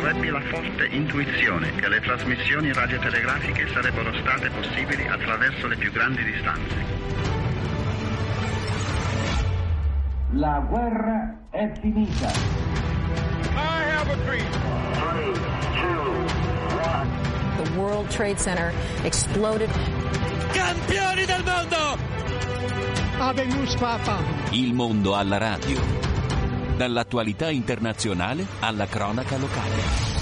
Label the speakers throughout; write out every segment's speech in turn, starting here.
Speaker 1: ebbi la forte intuizione che le trasmissioni radiotelegrafiche sarebbero state possibili attraverso le più grandi distanze.
Speaker 2: La guerra è finita.
Speaker 3: I have a dream.
Speaker 4: 3, 2, 1. The World Trade Center exploded.
Speaker 3: Campioni del mondo!
Speaker 5: Habemus Papa.
Speaker 6: Il mondo alla radio. Dall'attualità internazionale alla cronaca locale.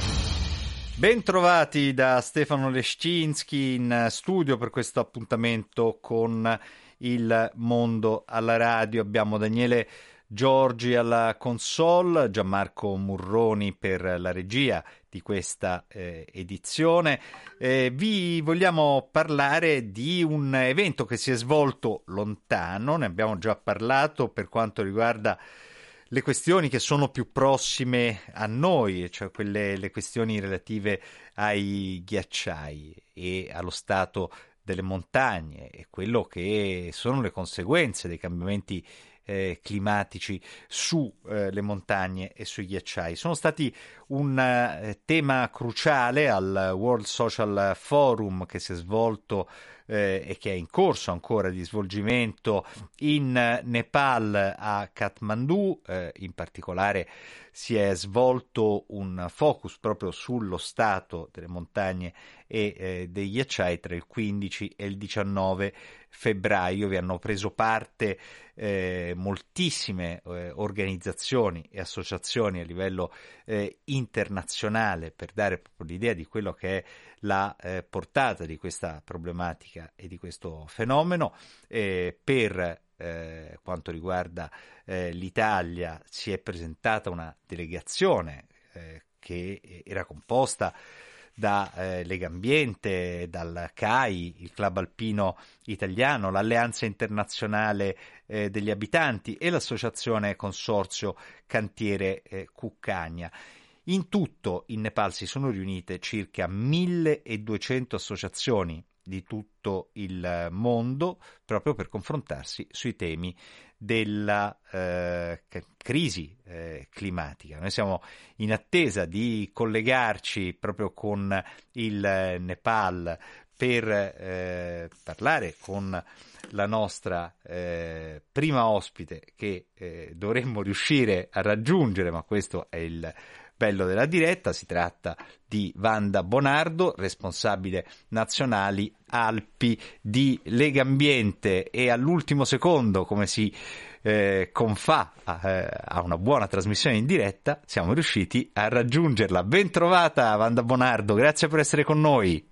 Speaker 7: Bentrovati da Stefano Leszczynski in studio per questo appuntamento con il mondo alla radio. Abbiamo Daniele Giorgi alla console, Gianmarco Murroni per la regia di questa edizione. Vi vogliamo parlare di un evento che si è svolto lontano, ne abbiamo già parlato per quanto riguarda le questioni che sono più prossime a noi, cioè le questioni relative ai ghiacciai e allo stato delle montagne e quello che sono le conseguenze dei cambiamenti climatici su le montagne e sui ghiacciai. Sono stati un tema cruciale al World Social Forum che si è svolto e che è in corso ancora di svolgimento in Nepal a Kathmandu. In particolare si è svolto un focus proprio sullo stato delle montagne e dei ghiacciai tra il 15 e il 19 febbraio. Vi hanno preso parte moltissime organizzazioni e associazioni a livello internazionale per dare proprio l'idea di quello che è la portata di questa problematica e di questo fenomeno. Per quanto riguarda l'Italia si è presentata una delegazione che era composta da Legambiente, dal CAI, il Club Alpino Italiano, l'Alleanza Internazionale degli Abitanti e l'Associazione Consorzio Cantiere Cuccagna. In tutto in Nepal si sono riunite circa 1200 associazioni di tutto il mondo proprio per confrontarsi sui temi della crisi climatica. Noi siamo in attesa di collegarci proprio con il Nepal per parlare con la nostra prima ospite che dovremmo riuscire a raggiungere, ma questo è il bello della diretta. Si tratta di Wanda Bonardo, responsabile nazionali Alpi di Legambiente, e all'ultimo secondo, come si confà a una buona trasmissione in diretta, siamo riusciti a raggiungerla. Ben-trovata Wanda Bonardo, grazie per essere con noi.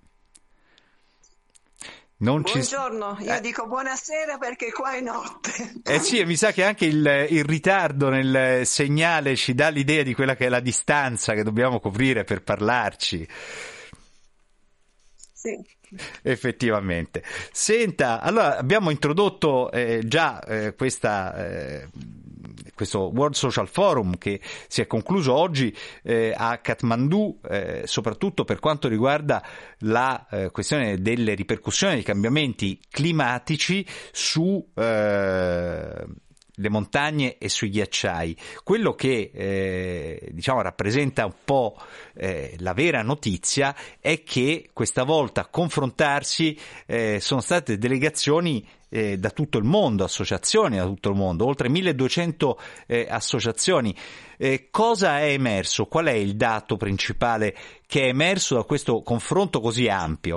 Speaker 8: Buongiorno, io dico buonasera perché qua è notte.
Speaker 7: Sì, mi sa che anche il ritardo nel segnale ci dà l'idea di quella che è la distanza che dobbiamo coprire per parlarci.
Speaker 8: Sì.
Speaker 7: Effettivamente. Senta, allora abbiamo introdotto questo World Social Forum che si è concluso oggi a Kathmandu, soprattutto per quanto riguarda la questione delle ripercussioni dei cambiamenti climatici su le montagne e sui ghiacciai. Quello che rappresenta un po' la vera notizia è che questa volta a confrontarsi sono state delegazioni da tutto il mondo, associazioni da tutto il mondo, oltre 1200 associazioni. Cosa è emerso? Qual è il dato principale che è emerso da questo confronto così ampio?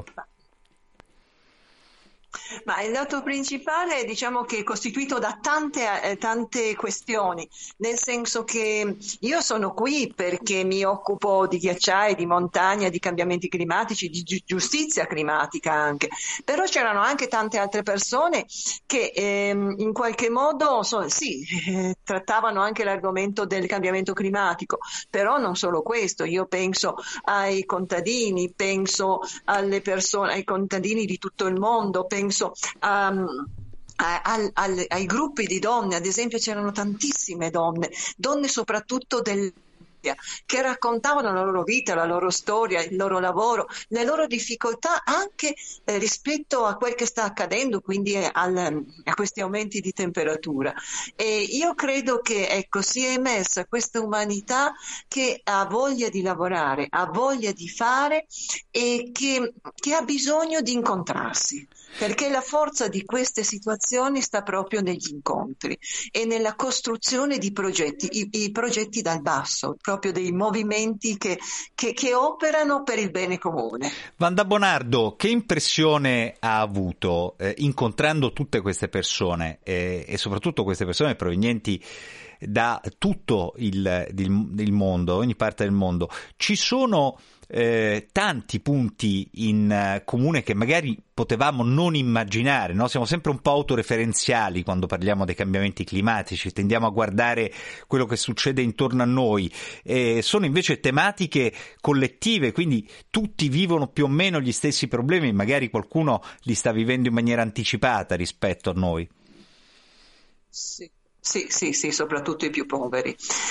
Speaker 8: Ma il dato principale diciamo che è costituito da tante questioni, nel senso che io sono qui perché mi occupo di ghiacciai, di montagna, di cambiamenti climatici, di giustizia climatica anche, però c'erano anche tante altre persone che in qualche modo trattavano anche l'argomento del cambiamento climatico, però non solo questo. Io penso ai contadini, penso alle persone, ai contadini di tutto il mondo, penso ai gruppi di donne. Ad esempio c'erano tantissime donne soprattutto che raccontavano la loro vita, la loro storia, il loro lavoro, le loro difficoltà anche rispetto a quel che sta accadendo, quindi a questi aumenti di temperatura. E io credo che ecco, sia emersa questa umanità che ha voglia di lavorare, ha voglia di fare e che ha bisogno di incontrarsi. Perché la forza di queste situazioni sta proprio negli incontri e nella costruzione di progetti, i progetti dal basso, proprio dei movimenti che operano per il bene comune.
Speaker 7: Wanda Bonardo, che impressione ha avuto incontrando tutte queste persone e soprattutto queste persone provenienti da tutto il mondo, ogni parte del mondo? Ci sono tanti punti in comune che magari potevamo non immaginare, no? Siamo sempre un po' autoreferenziali quando parliamo dei cambiamenti climatici, tendiamo a guardare quello che succede intorno a noi, sono invece tematiche collettive, quindi tutti vivono più o meno gli stessi problemi, magari qualcuno li sta vivendo in maniera anticipata rispetto a noi.
Speaker 8: Sì. Sì, soprattutto i più poveri.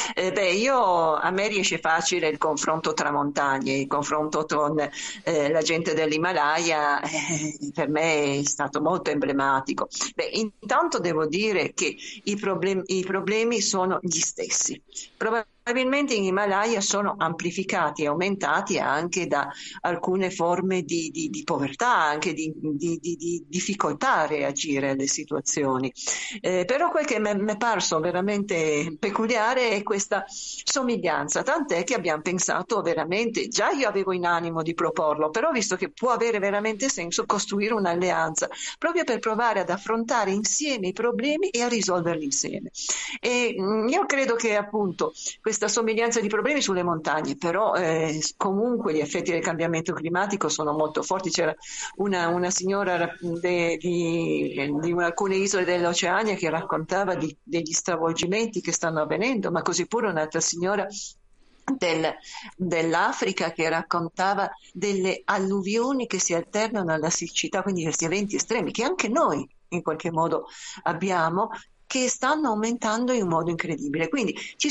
Speaker 8: A me riesce facile il confronto tra montagne, il confronto con la gente dell'Himalaya, per me è stato molto emblematico. Intanto devo dire che i problemi sono gli stessi. Probabilmente in Himalaya sono amplificati e aumentati anche da alcune forme di povertà, anche di difficoltà a reagire alle situazioni. Però quel che mi è parso veramente peculiare è questa somiglianza, tant'è che abbiamo pensato veramente, già io avevo in animo di proporlo, però visto che può avere veramente senso costruire un'alleanza, proprio per provare ad affrontare insieme i problemi e a risolverli insieme. E io credo che appunto questa somiglianza di problemi sulle montagne, però comunque gli effetti del cambiamento climatico sono molto forti. C'era una signora di alcune isole dell'Oceania che raccontava degli stravolgimenti che stanno avvenendo, ma così pure un'altra signora dell'Africa che raccontava delle alluvioni che si alternano alla siccità, quindi questi eventi estremi che anche noi in qualche modo abbiamo, che stanno aumentando in un modo incredibile. Quindi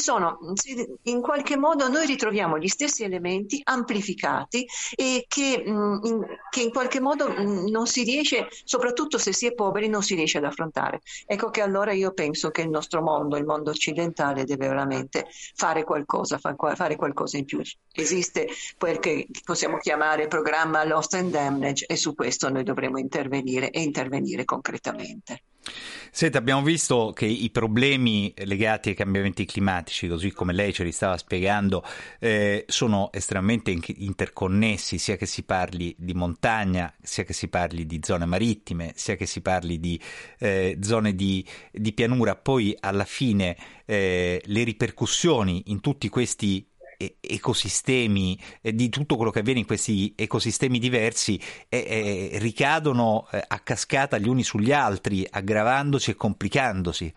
Speaker 8: in qualche modo noi ritroviamo gli stessi elementi amplificati e che in qualche modo non si riesce, soprattutto se si è poveri, non si riesce ad affrontare. Ecco che allora io penso che il nostro mondo, il mondo occidentale, deve veramente fare qualcosa in più. Esiste quel che possiamo chiamare programma Lost and Damaged e su questo noi dovremo intervenire e intervenire concretamente.
Speaker 7: Senta, abbiamo visto che i problemi legati ai cambiamenti climatici, così come lei ce li stava spiegando, sono estremamente interconnessi, sia che si parli di montagna, sia che si parli di zone marittime, sia che si parli di zone di pianura. Poi alla fine le ripercussioni in tutti questi ecosistemi, di tutto quello che avviene in questi ecosistemi diversi ricadono a cascata gli uni sugli altri, aggravandosi e complicandosi.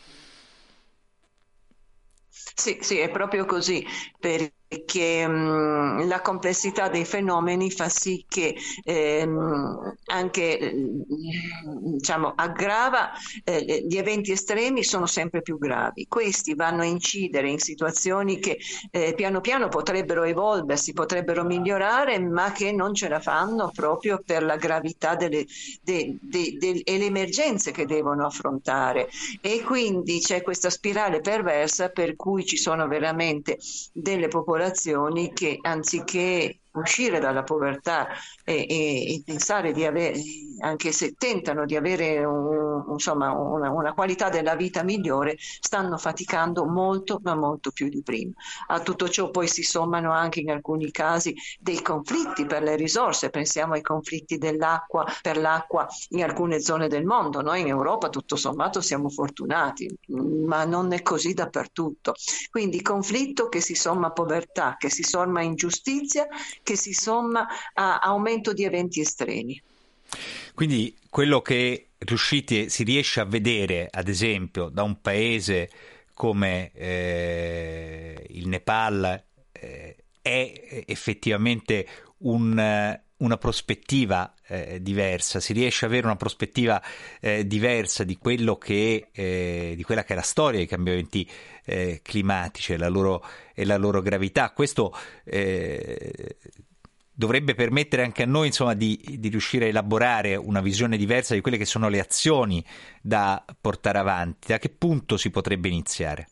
Speaker 8: Sì, è proprio così, perché la complessità dei fenomeni fa sì che anche aggrava, gli eventi estremi sono sempre più gravi. Questi vanno a incidere in situazioni che piano piano potrebbero evolversi, potrebbero migliorare, ma che non ce la fanno proprio per la gravità e le emergenze che devono affrontare. E quindi c'è questa spirale perversa per cui ci sono veramente delle popolazioni che anziché uscire dalla povertà e pensare di avere, anche se tentano di avere una qualità della vita migliore, stanno faticando molto, ma molto più di prima. A tutto ciò poi si sommano anche in alcuni casi dei conflitti per le risorse, pensiamo ai conflitti per l'acqua in alcune zone del mondo. Noi in Europa tutto sommato siamo fortunati, ma non è così dappertutto. Quindi conflitto che si somma a povertà, che si somma a ingiustizia, che si somma a aumento di eventi estremi.
Speaker 7: Quindi quello che si riesce a vedere, ad esempio, da un paese come il Nepal è effettivamente una prospettiva diversa, si riesce ad avere una prospettiva diversa di quello che di quella che è la storia dei cambiamenti climatici e la loro gravità. Questo dovrebbe permettere anche a noi, insomma, di riuscire a elaborare una visione diversa di quelle che sono le azioni da portare avanti. Da che punto si potrebbe iniziare?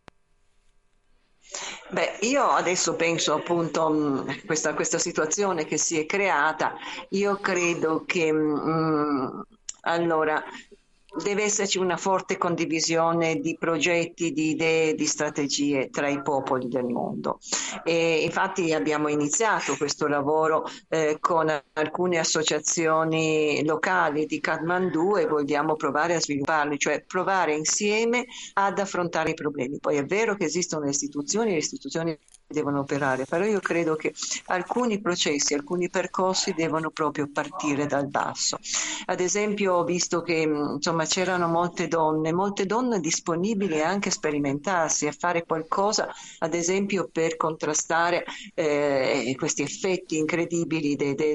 Speaker 8: Beh, io adesso penso appunto questa situazione che si è creata, io credo che allora deve esserci una forte condivisione di progetti, di idee, di strategie tra i popoli del mondo. E infatti abbiamo iniziato questo lavoro con alcune associazioni locali di Kathmandu e vogliamo provare a svilupparli, cioè provare insieme ad affrontare i problemi. Poi è vero che esistono le istituzioni devono operare, però io credo che alcuni processi, alcuni percorsi devono proprio partire dal basso. Ad esempio ho visto che insomma c'erano molte donne disponibili anche a sperimentarsi, a fare qualcosa, ad esempio per contrastare questi effetti incredibili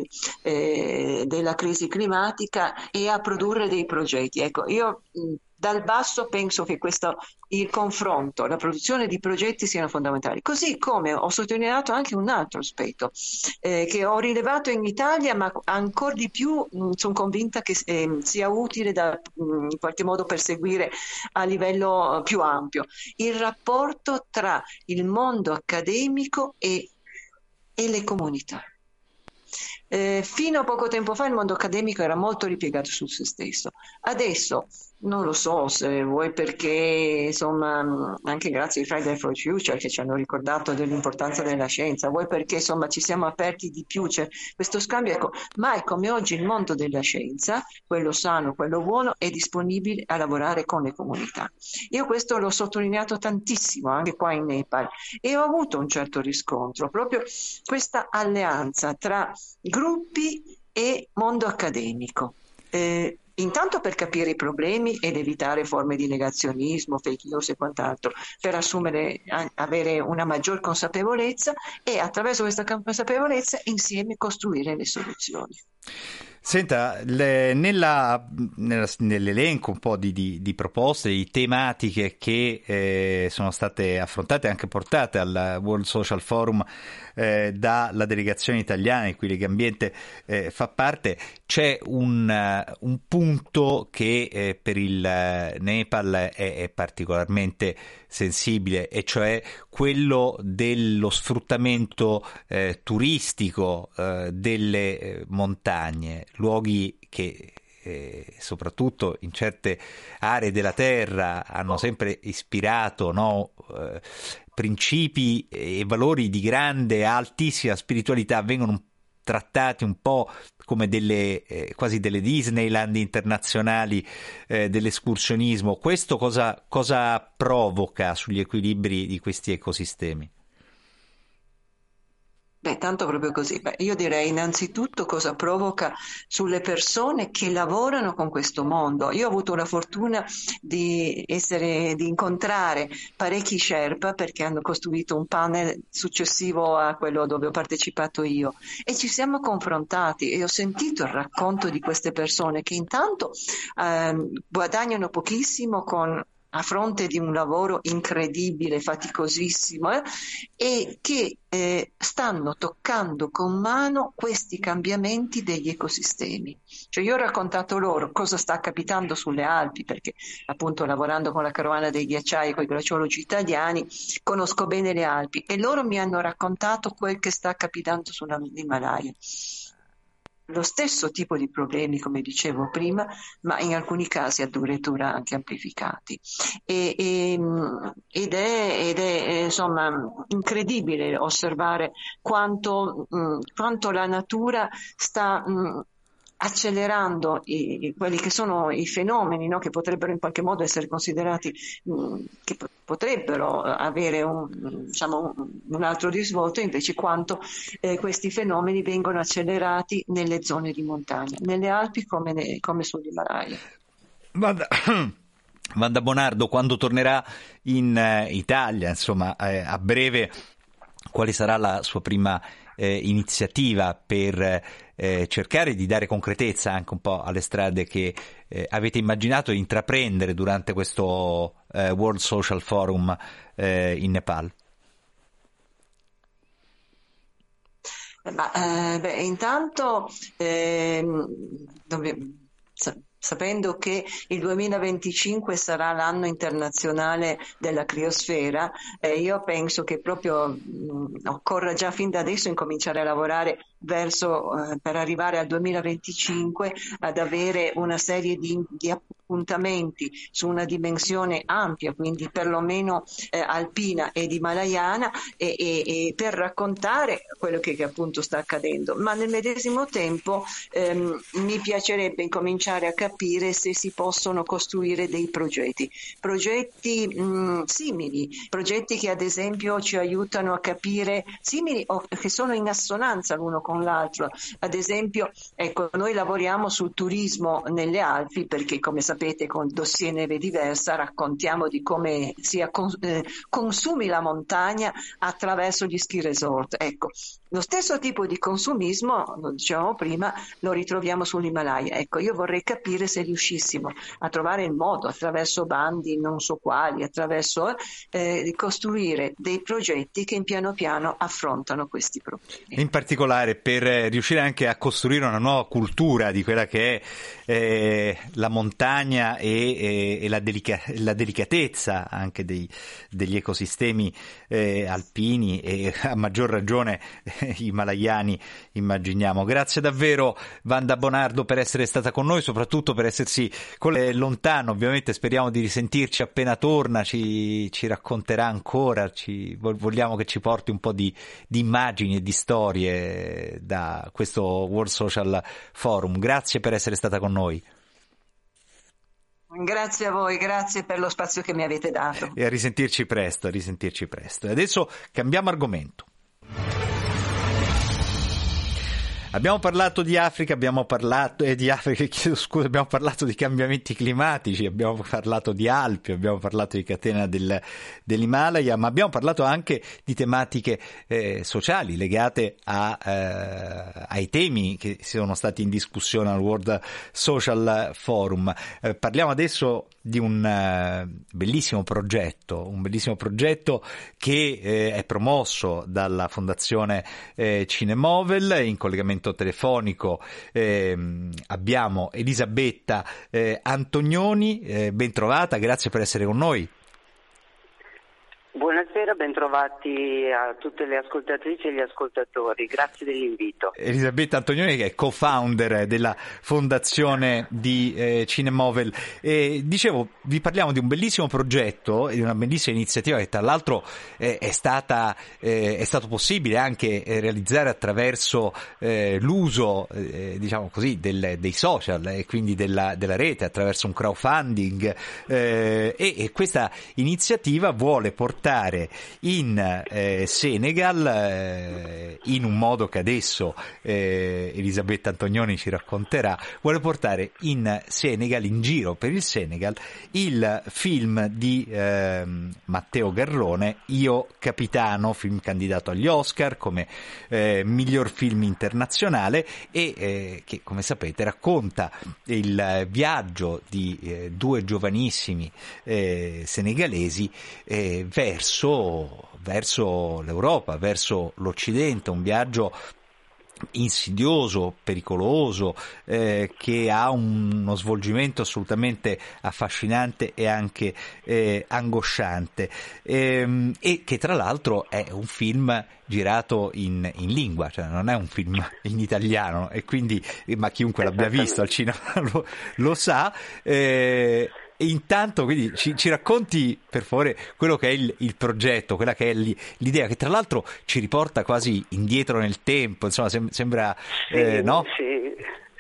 Speaker 8: della crisi climatica e a produrre dei progetti. Ecco, io dal basso penso che il confronto, la produzione di progetti siano fondamentali. Così come ho sottolineato anche un altro aspetto che ho rilevato in Italia, ma ancora di più sono convinta che sia utile in qualche modo perseguire a livello più ampio. Il rapporto tra il mondo accademico e le comunità. Fino a poco tempo fa il mondo accademico era molto ripiegato su se stesso. Adesso non lo so se vuoi perché insomma anche grazie ai Friday for Future che ci hanno ricordato dell'importanza della scienza, vuoi perché insomma ci siamo aperti di più, c'è questo scambio, ecco, mai come oggi il mondo della scienza, quello sano, quello buono, è disponibile a lavorare con le comunità. Io questo l'ho sottolineato tantissimo anche qua in Nepal e ho avuto un certo riscontro, proprio questa alleanza tra gruppi e mondo accademico. Intanto per capire i problemi ed evitare forme di negazionismo, fake news e quant'altro, per avere una maggior consapevolezza e attraverso questa consapevolezza insieme costruire le soluzioni.
Speaker 7: Senta, nell'elenco un po' di proposte, di tematiche che sono state affrontate e anche portate al World Social Forum dalla delegazione italiana di cui Legambiente fa parte, c'è un punto che per il Nepal è particolarmente sensibile, e cioè quello dello sfruttamento turistico delle montagne, luoghi che soprattutto in certe aree della terra hanno sempre ispirato, no, principi e valori di grande, altissima spiritualità, vengono trattati un po' come quasi delle Disneyland internazionali dell'escursionismo. Questo cosa provoca sugli equilibri di questi ecosistemi?
Speaker 8: Beh, tanto proprio così. Beh, io direi innanzitutto cosa provoca sulle persone che lavorano con questo mondo. Io ho avuto la fortuna di incontrare parecchi Sherpa perché hanno costruito un panel successivo a quello dove ho partecipato io e ci siamo confrontati e ho sentito il racconto di queste persone che intanto guadagnano pochissimo a fronte di un lavoro incredibile, faticosissimo, e che stanno toccando con mano questi cambiamenti degli ecosistemi. Cioè io ho raccontato loro cosa sta capitando sulle Alpi, perché appunto lavorando con la carovana dei ghiacciai e con i glaciologi italiani conosco bene le Alpi, e loro mi hanno raccontato quel che sta capitando sull'Himalaya. Lo stesso tipo di problemi, come dicevo prima, ma in alcuni casi addirittura anche amplificati. Ed è insomma incredibile osservare quanto la natura sta accelerando quelli che sono i fenomeni, no, che potrebbero in qualche modo essere considerati che potrebbero avere un altro risvolto, invece quanto questi fenomeni vengono accelerati nelle zone di montagna, nelle Alpi come sull'Himalaya.
Speaker 7: Wanda Bonardo, quando tornerà in Italia, insomma, a breve, quale sarà la sua prima iniziativa per cercare di dare concretezza anche un po' alle strade che avete immaginato di intraprendere durante questo World Social Forum in Nepal?
Speaker 8: Intanto sapendo che il 2025 sarà l'anno internazionale della criosfera, io penso che proprio occorra già fin da adesso incominciare a lavorare per arrivare al 2025 ad avere una serie di appuntamenti su una dimensione ampia, quindi perlomeno alpina ed himalayana, e per raccontare quello che appunto sta accadendo. Ma nel medesimo tempo mi piacerebbe incominciare a capire se si possono costruire dei progetti simili, progetti che ad esempio ci aiutano a capire, simili o che sono in assonanza l'uno con l'altro. Ad esempio, ecco, noi lavoriamo sul turismo nelle Alpi perché, come sapete, con Dossier Neve Diversa raccontiamo di come consumi la montagna attraverso gli ski resort. Ecco, lo stesso tipo di consumismo, lo dicevamo prima, lo ritroviamo sull'Himalaya. Ecco, io vorrei capire se riuscissimo a trovare il modo, attraverso bandi non so quali, attraverso di costruire dei progetti che piano piano affrontano questi problemi.
Speaker 7: In particolare per riuscire anche a costruire una nuova cultura di quella che è la montagna e la delicatezza anche degli ecosistemi alpini e a maggior ragione himalayani, immaginiamo. Grazie davvero Wanda Bonardo per essere stata con noi, soprattutto per essersi lontano. Ovviamente speriamo di risentirci appena torna, ci racconterà ancora, vogliamo che ci porti un po' di immagini e di storie da questo World Social Forum. Grazie per essere stata con noi.
Speaker 8: Grazie a voi, grazie per lo spazio che mi avete dato.
Speaker 7: E a risentirci presto. E adesso cambiamo argomento. Abbiamo parlato di Africa, abbiamo parlato di cambiamenti climatici, abbiamo parlato di Alpi, abbiamo parlato di catena dell'Himalaya, ma abbiamo parlato anche di tematiche sociali legate ai temi che sono stati in discussione al World Social Forum. Parliamo adesso di un bellissimo progetto che è promosso dalla Fondazione Cinemovel. In collegamento telefonico abbiamo Elisabetta Antonioni, ben trovata, grazie per essere con noi.
Speaker 9: Buonasera, bentrovati a tutte le ascoltatrici e gli ascoltatori, grazie dell'invito.
Speaker 7: Elisabetta Antonioni, che è co-founder della fondazione di Cinemovel. Dicevo, vi parliamo di un bellissimo progetto e di una bellissima iniziativa che tra l'altro è stato possibile anche realizzare attraverso l'uso diciamo così dei social e quindi della rete, attraverso un crowdfunding, e questa iniziativa vuole portare in Senegal, in un modo che adesso Elisabetta Antonioni ci racconterà, vuole portare in Senegal, in giro per il Senegal, il film di Matteo Garrone, Io Capitano, film candidato agli Oscar come miglior film internazionale e che, come sapete, racconta il viaggio di due giovanissimi senegalesi verso l'Europa, verso l'Occidente, un viaggio insidioso, pericoloso, che ha uno svolgimento assolutamente affascinante e anche angosciante, e che tra l'altro è un film girato in lingua, cioè non è un film in italiano, e quindi, ma chiunque l'abbia visto al cinema lo sa. E intanto quindi ci racconti per favore quello che è il progetto, quella che è l'idea, che tra l'altro ci riporta quasi indietro nel tempo, insomma sembra
Speaker 9: sì,
Speaker 7: no?
Speaker 9: Sì.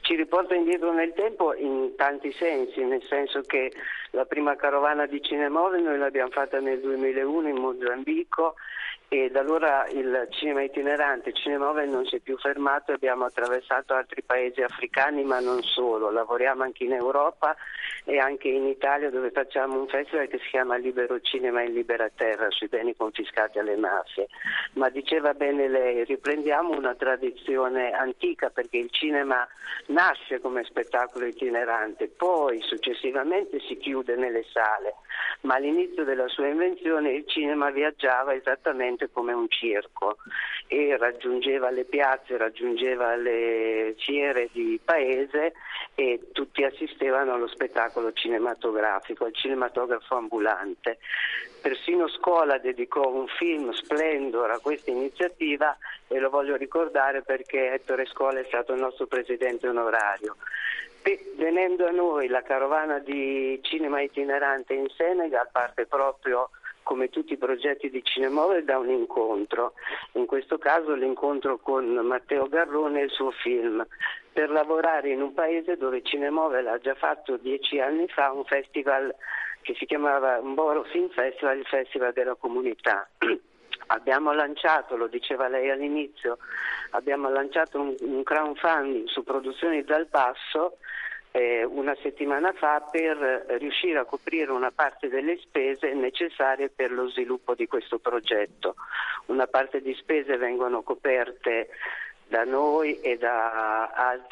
Speaker 9: ci riporta indietro nel tempo in tanti sensi, nel senso che la prima carovana di Cinemove noi l'abbiamo fatta nel 2001 in Mozambico e da allora il cinema itinerante Cinemove non si è più fermato, abbiamo attraversato altri paesi africani ma non solo, lavoriamo anche in Europa e anche in Italia dove facciamo un festival che si chiama Libero Cinema in Libera Terra sui beni confiscati alle mafie. Ma diceva bene lei, riprendiamo una tradizione antica perché il cinema nasce come spettacolo itinerante, poi successivamente si chiude nelle sale, ma all'inizio della sua invenzione il cinema viaggiava esattamente come un circo e raggiungeva le piazze, raggiungeva le fiere di paese e tutti assistevano allo spettacolo cinematografico, al cinematografo ambulante. Persino Scola dedicò un film Splendor a questa iniziativa e lo voglio ricordare perché Ettore Scola è stato il nostro presidente onorario. Venendo a noi la carovana di cinema itinerante in Senegal parte proprio come tutti i progetti di Cinemove da un incontro, in questo caso l'incontro con Matteo Garrone e il suo film, per lavorare in un paese dove Cinemove l'ha già fatto 10 anni fa, un festival che si chiamava Mboro Film Festival, il festival della comunità. Abbiamo lanciato, lo diceva lei all'inizio, abbiamo lanciato un crowdfunding su Produzioni dal Basso una settimana fa per riuscire a coprire una parte delle spese necessarie per lo sviluppo di questo progetto. Una parte di spese vengono coperte da noi e da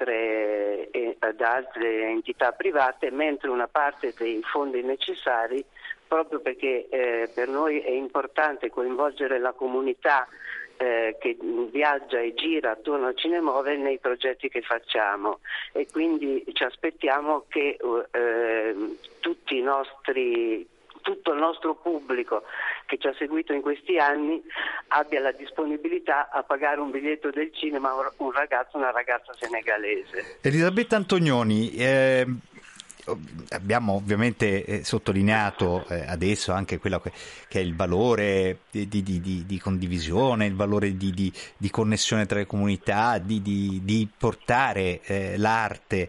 Speaker 9: altre entità private, mentre una parte dei fondi necessari, proprio perché per noi è importante coinvolgere la comunità che viaggia e gira attorno a Cinemove nei progetti che facciamo e quindi ci aspettiamo che tutto il nostro pubblico che ci ha seguito in questi anni abbia la disponibilità a pagare un biglietto del cinema a un ragazzo o una ragazza senegalese.
Speaker 7: Elisabetta Antonioni, abbiamo ovviamente sottolineato adesso anche quello che è il valore di condivisione, il valore di connessione tra le comunità, di portare l'arte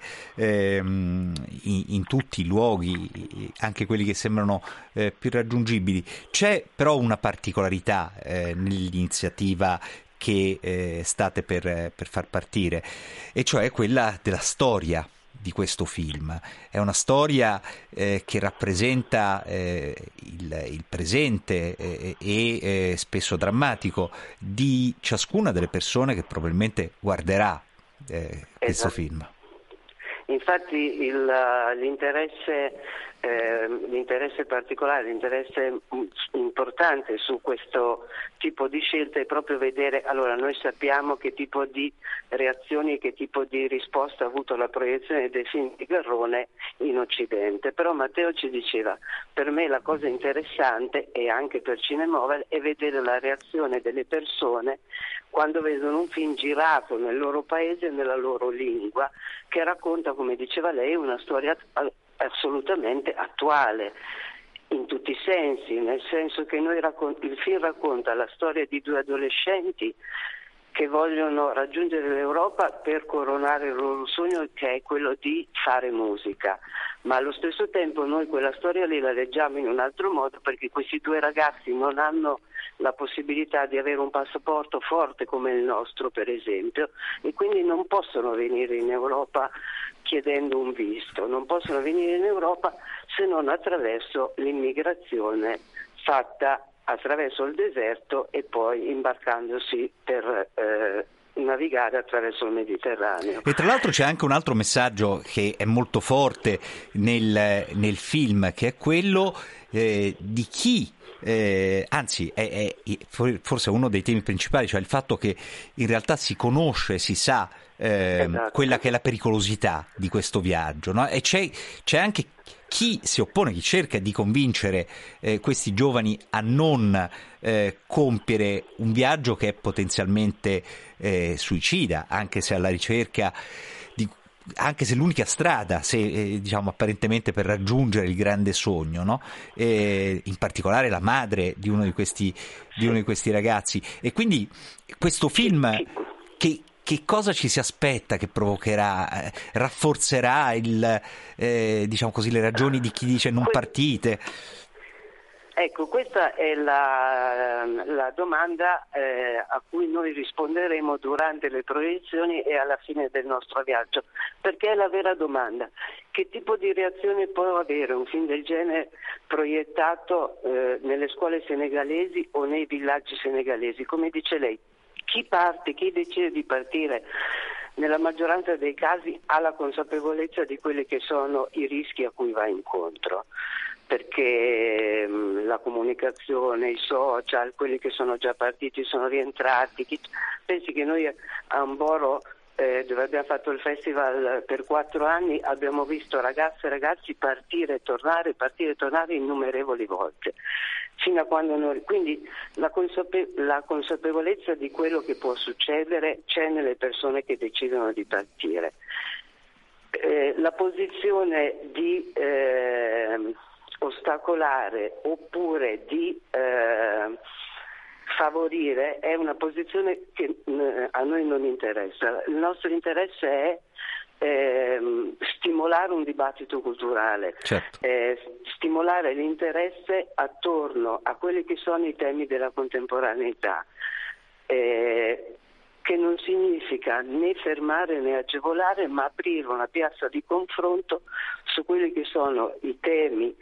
Speaker 7: in tutti i luoghi, anche quelli che sembrano più raggiungibili. C'è però una particolarità nell'iniziativa che state per far partire, e cioè quella della storia di questo film. È una storia che rappresenta il presente e spesso drammatico di ciascuna delle persone che probabilmente guarderà questo film.
Speaker 9: Infatti l'interesse particolare, l'interesse importante su questo tipo di scelta è proprio vedere, allora noi sappiamo che tipo di reazioni e che tipo di risposta ha avuto la proiezione dei film di Garrone in Occidente, però Matteo ci diceva, per me la cosa interessante e anche per Cinemove è vedere la reazione delle persone quando vedono un film girato nel loro paese e nella loro lingua che racconta, come diceva lei, una storia assolutamente attuale in tutti i sensi, nel senso che il film racconta la storia di due adolescenti che vogliono raggiungere l'Europa per coronare il loro sogno, che è quello di fare musica, ma allo stesso tempo noi quella storia lì la leggiamo in un altro modo perché questi due ragazzi non hanno la possibilità di avere un passaporto forte come il nostro, per esempio, e quindi non possono venire in Europa chiedendo un visto, non possono venire in Europa se non attraverso l'immigrazione fatta attraverso il deserto e poi imbarcandosi per navigare attraverso il Mediterraneo.
Speaker 7: E tra l'altro c'è anche un altro messaggio che è molto forte nel film, che è quello di chi anzi è forse uno dei temi principali, cioè il fatto che in realtà si conosce, si sa
Speaker 9: esatto,
Speaker 7: quella che è la pericolosità di questo viaggio, no? E c'è anche chi si oppone, chi cerca di convincere questi giovani a non compiere un viaggio che è potenzialmente suicida, anche se alla ricerca anche se l'unica strada, diciamo apparentemente, per raggiungere il grande sogno, no? In particolare la madre di uno di questi ragazzi. E quindi questo film che che cosa ci si aspetta che provocherà, rafforzerà diciamo così, le ragioni di chi dice non partite?
Speaker 9: Ecco, questa è la domanda a cui noi risponderemo durante le proiezioni e alla fine del nostro viaggio, perché è la vera domanda. Che tipo di reazione può avere un film del genere proiettato nelle scuole senegalesi o nei villaggi senegalesi? Come dice lei, chi parte, chi decide di partire, nella maggioranza dei casi ha la consapevolezza di quelli che sono i rischi a cui va incontro, perché la comunicazione, i social, quelli che sono già partiti sono rientrati. Pensi che noi a Amboro, dove abbiamo fatto il festival per 4 anni, abbiamo visto ragazze e ragazzi partire e tornare innumerevoli volte, fino a quando quindi la consapevolezza di quello che può succedere c'è nelle persone che decidono di partire. La posizione di ostacolare oppure di favorire è una posizione che a noi non interessa. Il nostro interesse è stimolare un dibattito culturale,
Speaker 7: certo.
Speaker 9: Stimolare l'interesse attorno a quelli che sono i temi della contemporaneità, che non significa né fermare né agevolare, ma aprire una piazza di confronto su quelli che sono i temi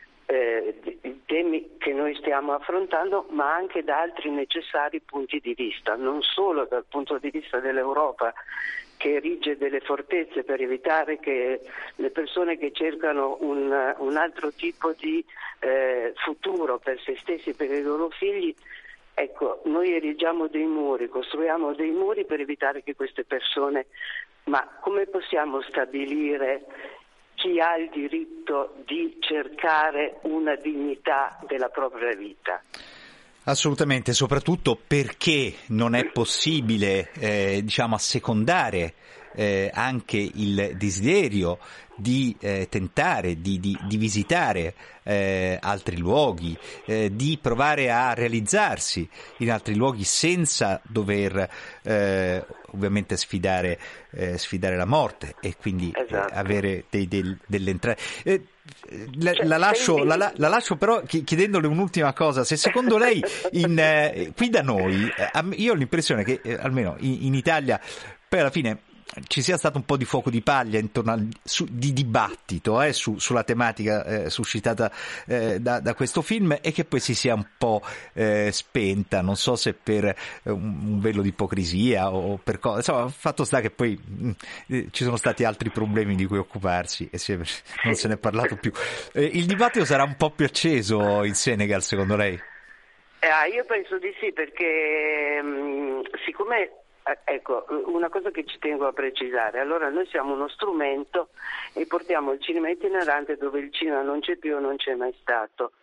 Speaker 9: che noi stiamo affrontando, ma anche da altri necessari punti di vista, non solo dal punto di vista dell'Europa, che erige delle fortezze per evitare che le persone che cercano un altro tipo di futuro per se stessi e per i loro figli. Ecco, noi erigiamo dei muri, costruiamo dei muri per evitare che queste persone, ma come possiamo stabilire chi ha il diritto di cercare una dignità della propria vita?
Speaker 7: Assolutamente, soprattutto perché non è possibile diciamo assecondare anche il desiderio di tentare di visitare altri luoghi, di provare a realizzarsi in altri luoghi senza dover ovviamente sfidare la morte e quindi avere delle entrate. La lascio però chiedendole un'ultima cosa. Se secondo lei qui da noi, io ho l'impressione che almeno in Italia poi alla fine ci sia stato un po' di fuoco di paglia intorno di dibattito sulla tematica suscitata da questo film, e che poi si sia un po' spenta, non so se per un velo di ipocrisia o per cosa. Insomma, fatto sta che poi ci sono stati altri problemi di cui occuparsi e non se ne è parlato più. Il dibattito sarà un po' più acceso in Senegal, secondo lei?
Speaker 9: Io penso di sì, perché siccome ecco, una cosa che ci tengo a precisare: allora noi siamo uno strumento e portiamo il cinema itinerante dove il cinema non c'è più o non c'è mai stato.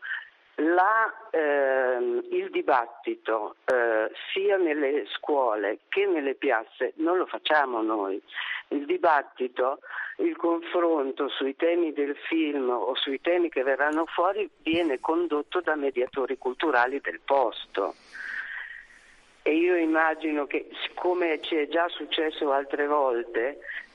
Speaker 9: Il dibattito sia nelle scuole che nelle piazze non lo facciamo noi. Il dibattito, il confronto sui temi del film o sui temi che verranno fuori viene condotto da mediatori culturali del posto. E io immagino che, siccome ci è già successo altre volte,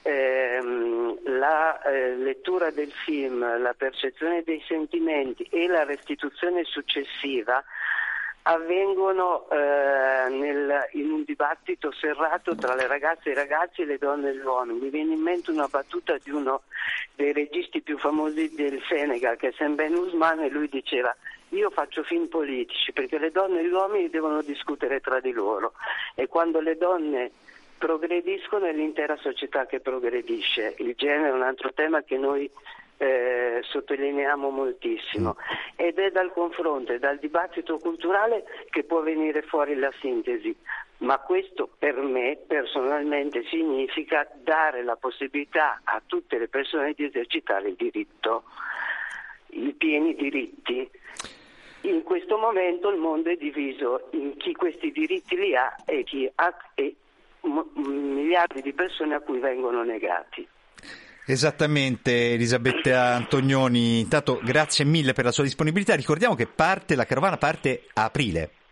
Speaker 9: la lettura del film, la percezione dei sentimenti e la restituzione successiva avvengono in un dibattito serrato tra le ragazze e i ragazzi e le donne e gli uomini. Mi viene in mente una battuta di uno dei registi più famosi del Senegal, che è Sam Ben Ousmane, e lui diceva: io faccio film politici perché le donne e gli uomini devono discutere tra di loro, e quando le donne progrediscono è l'intera società che progredisce. Il genere è un altro tema che noi sottolineiamo moltissimo, ed è dal confronto e dal dibattito culturale che può venire fuori la sintesi, ma questo per me personalmente significa dare la possibilità a tutte le persone di esercitare il diritto, i pieni diritti. In questo momento il mondo è diviso in chi questi diritti li ha e chi ha miliardi di persone a cui vengono negati.
Speaker 7: Esattamente, Elisabetta Antonioni, intanto grazie mille per la sua disponibilità. Ricordiamo che la carovana parte a aprile.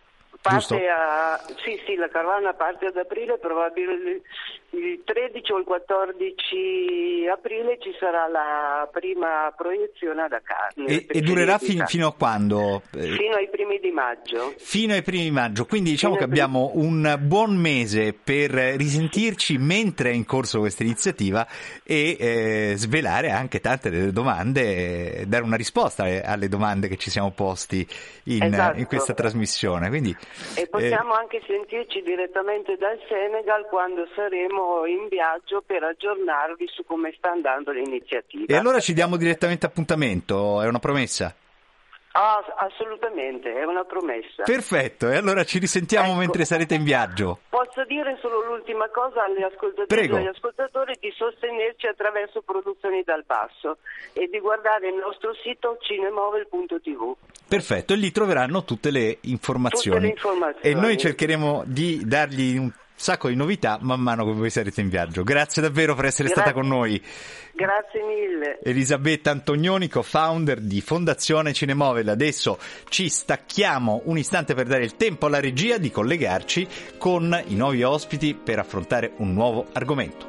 Speaker 7: giusto?
Speaker 9: Sì, la carovana parte ad aprile, probabilmente il 13 o il 14 aprile ci sarà la prima proiezione a Dakar.
Speaker 7: E durerà fino a quando?
Speaker 9: Fino ai primi di maggio.
Speaker 7: Fino ai primi di maggio, quindi diciamo che abbiamo un buon mese per risentirci mentre è in corso questa iniziativa e svelare anche tante delle domande, dare una risposta alle domande che ci siamo posti in questa trasmissione. Quindi,
Speaker 9: e possiamo anche sentirci direttamente dal Senegal quando saremo in viaggio per aggiornarvi su come sta andando l'iniziativa.
Speaker 7: E allora ci diamo direttamente appuntamento, è una promessa?
Speaker 9: Assolutamente, è una promessa.
Speaker 7: Perfetto, e allora ci risentiamo mentre sarete in viaggio.
Speaker 9: Posso dire solo l'ultima cosa agli ascoltatori?
Speaker 7: Prego.
Speaker 9: Agli ascoltatori di sostenerci attraverso Produzioni dal Basso e di guardare il nostro sito cinemovel.tv.
Speaker 7: Perfetto, e lì troveranno tutte le informazioni. E noi cercheremo di dargli un sacco di novità man mano che voi sarete in viaggio. Grazie davvero per essere stata con noi.
Speaker 9: Grazie mille.
Speaker 7: Elisabetta Antonioni, co-founder di Fondazione Cinemovel. Adesso ci stacchiamo un istante per dare il tempo alla regia di collegarci con i nuovi ospiti per affrontare un nuovo argomento.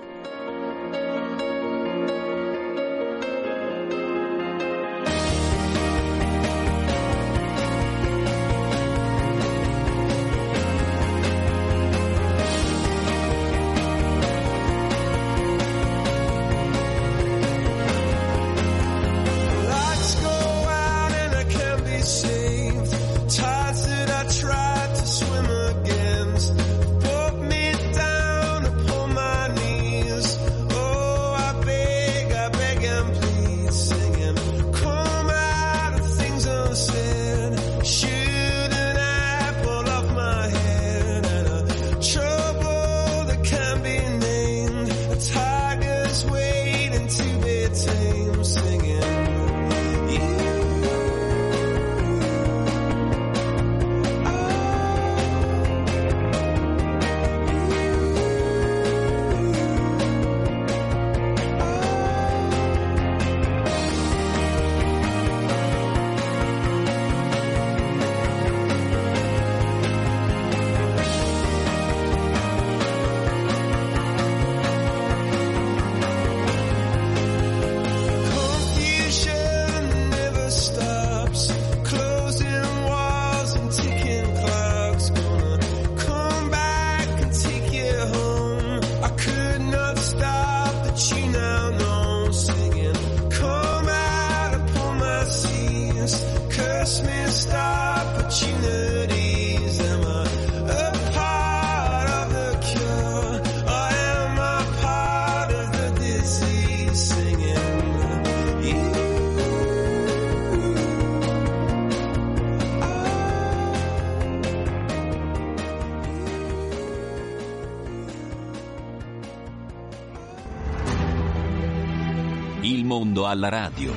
Speaker 6: Il mondo alla radio.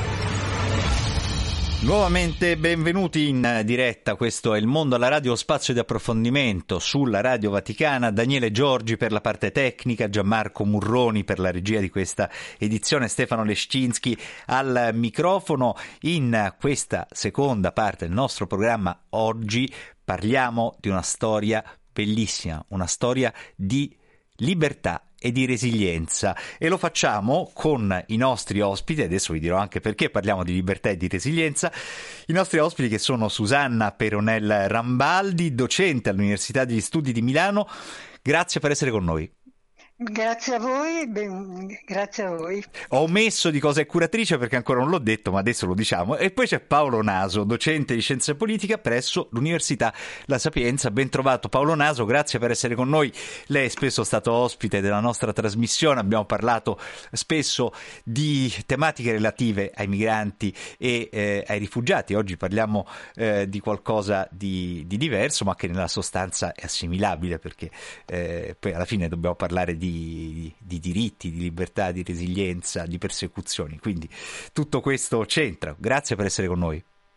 Speaker 7: Nuovamente benvenuti in diretta, questo è Il Mondo alla Radio, spazio di approfondimento sulla Radio Vaticana. Daniele Giorgi per la parte tecnica, Gianmarco Murroni per la regia di questa edizione, Stefano Lescinski al microfono. In questa seconda parte del nostro programma oggi parliamo di una storia bellissima, una storia di libertà e di resilienza, e lo facciamo con i nostri ospiti. Adesso vi dirò anche perché parliamo di libertà e di resilienza. I nostri ospiti che sono Susanna Peronel Rambaldi, docente all'Università degli Studi di Milano. Grazie per essere con noi.
Speaker 5: Grazie a voi, grazie a voi.
Speaker 7: Ho omesso di cosa è curatrice perché ancora non l'ho detto, ma adesso lo diciamo. E poi c'è Paolo Naso, docente di scienza politica presso l'Università La Sapienza. Ben trovato Paolo Naso, grazie per essere con noi. Lei è spesso stato ospite della nostra trasmissione, abbiamo parlato spesso di tematiche relative ai migranti e ai rifugiati. Oggi parliamo di qualcosa di diverso, ma che nella sostanza è assimilabile, perché poi alla fine dobbiamo parlare di diritti, di libertà, di resilienza, di persecuzioni. Quindi tutto questo c'entra. Grazie per essere con noi.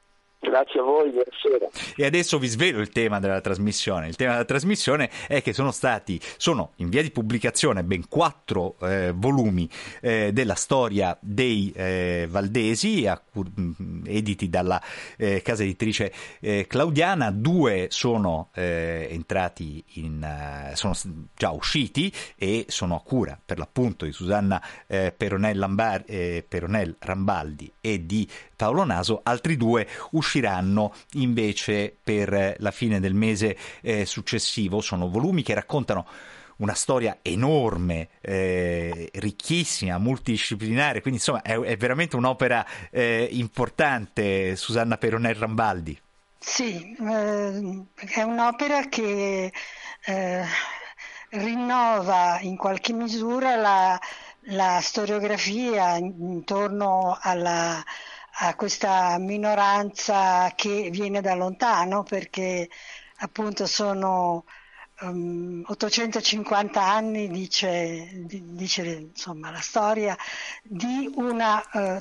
Speaker 10: Grazie a voi, buonasera.
Speaker 7: E adesso vi svelo il tema della trasmissione. Il tema della trasmissione è che sono in via di pubblicazione ben 4 volumi della storia dei Valdesi, editi dalla casa editrice Claudiana. 2 sono entrati sono già usciti e sono a cura per l'appunto di Susanna Peronel Rambaldi e di Paolo Naso. Altri 2 usciranno invece per la fine del mese successivo. Sono volumi che raccontano una storia enorme, ricchissima, multidisciplinare, quindi insomma è veramente un'opera importante, Susanna Peronel Rambaldi.
Speaker 5: Sì, è un'opera che rinnova in qualche misura la storiografia intorno a questa minoranza che viene da lontano, perché appunto sono 850 anni, dice insomma la storia di una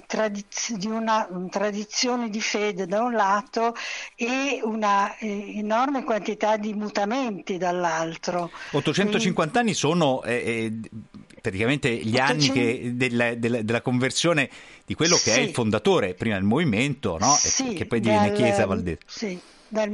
Speaker 5: tradizione di fede da un lato e una enorme quantità di mutamenti dall'altro.
Speaker 7: 850 anni sono praticamente gli anni della conversione di quello che è il fondatore, prima il movimento, no?
Speaker 5: Sì,
Speaker 7: che poi diviene Chiesa Valdese.
Speaker 5: Sì. Dal